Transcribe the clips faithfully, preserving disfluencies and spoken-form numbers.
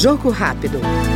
Jogo rápido.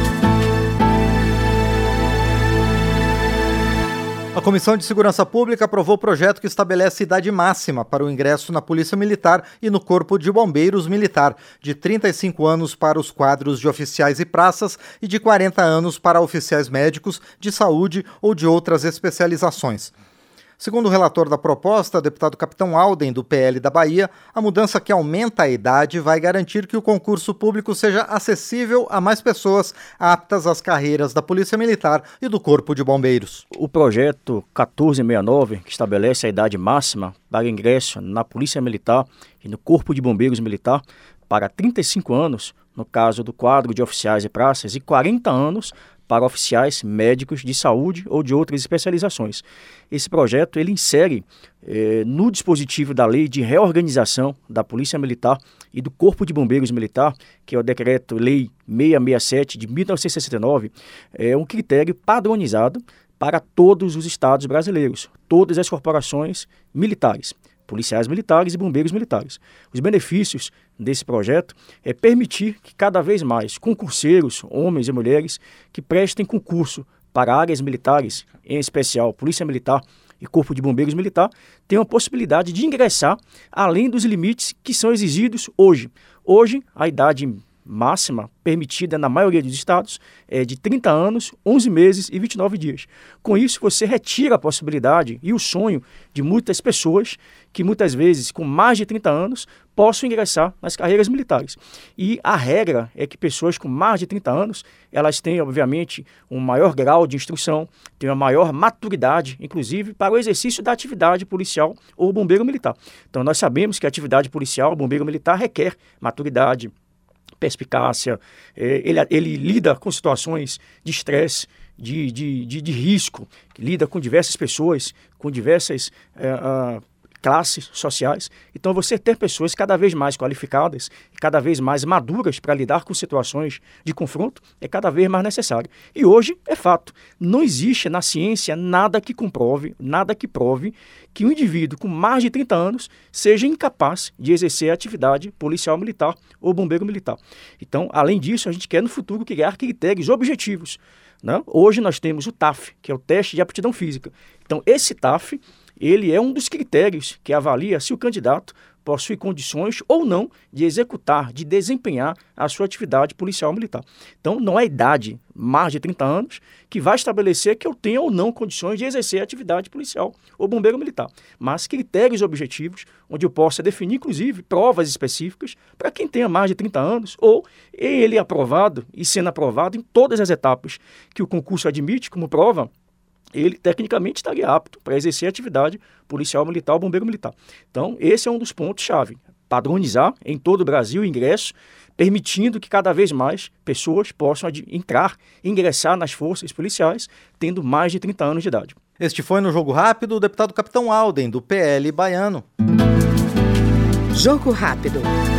A Comissão de Segurança Pública aprovou o projeto que estabelece idade máxima para o ingresso na Polícia Militar e no Corpo de Bombeiros Militar, de trinta e cinco anos para os quadros de oficiais e praças e de quarenta anos para oficiais médicos, de saúde ou de outras especializações. Segundo o relator da proposta, deputado Capitão Alden, do P L da Bahia, a mudança que aumenta a idade vai garantir que o concurso público seja acessível a mais pessoas aptas às carreiras da Polícia Militar e do Corpo de Bombeiros. O projeto quatorze sessenta e nove, que estabelece a idade máxima para ingresso na Polícia Militar e no Corpo de Bombeiros Militar para trinta e cinco anos, no caso do quadro de oficiais e praças, e quarenta anos para oficiais médicos de saúde ou de outras especializações. Esse projeto ele insere eh, no dispositivo da Lei de Reorganização da Polícia Militar e do Corpo de Bombeiros Militar, que é o Decreto-Lei seiscentos e sessenta e sete de mil novecentos e sessenta e nove, é um critério padronizado para todos os estados brasileiros, todas as corporações militares, policiais militares e bombeiros militares. Os benefícios desse projeto é permitir que cada vez mais concurseiros, homens e mulheres, que prestem concurso para áreas militares, em especial Polícia Militar e Corpo de Bombeiros Militar, tenham a possibilidade de ingressar além dos limites que são exigidos hoje. Hoje, a idade máxima permitida na maioria dos estados é de trinta anos, onze meses e vinte e nove dias. Com isso, você retira a possibilidade e o sonho de muitas pessoas que muitas vezes, com mais de trinta anos, possam ingressar nas carreiras militares. E a regra é que pessoas com mais de trinta anos, elas têm, obviamente, um maior grau de instrução, têm uma maior maturidade, inclusive, para o exercício da atividade policial ou bombeiro militar. Então, nós sabemos que a atividade policial, bombeiro militar, requer maturidade, perspicácia, ele, ele lida com situações de estresse, de, de, de, de risco, lida com diversas pessoas, com diversas é, uh, classes sociais. Então, você ter pessoas cada vez mais qualificadas e cada vez mais maduras para lidar com situações de confronto é cada vez mais necessário. E hoje é fato, não existe na ciência nada que comprove, nada que prove que um indivíduo com mais de trinta anos seja incapaz de exercer a atividade policial militar ou bombeiro militar. Então, além disso, a gente quer no futuro criar critérios objetivos, né? Hoje nós temos o T A F, que é o teste de aptidão física. Então, esse T A F, ele é um dos critérios que avalia se o candidato possui condições ou não de executar, de desempenhar a sua atividade policial militar. Então, não é a idade, mais de trinta anos, que vai estabelecer que eu tenha ou não condições de exercer a atividade policial ou bombeiro militar, mas critérios objetivos, onde eu possa definir, inclusive, provas específicas para quem tenha mais de trinta anos ou ele aprovado e sendo aprovado em todas as etapas que o concurso admite como prova, ele tecnicamente estaria apto para exercer a atividade policial militar ou bombeiro militar. Então, esse é um dos pontos-chave. Padronizar em todo o Brasil o ingresso, permitindo que cada vez mais pessoas possam ad- entrar, ingressar nas forças policiais, tendo mais de trinta anos de idade. Este foi no Jogo Rápido o deputado Capitão Alden, do P L baiano. Jogo rápido.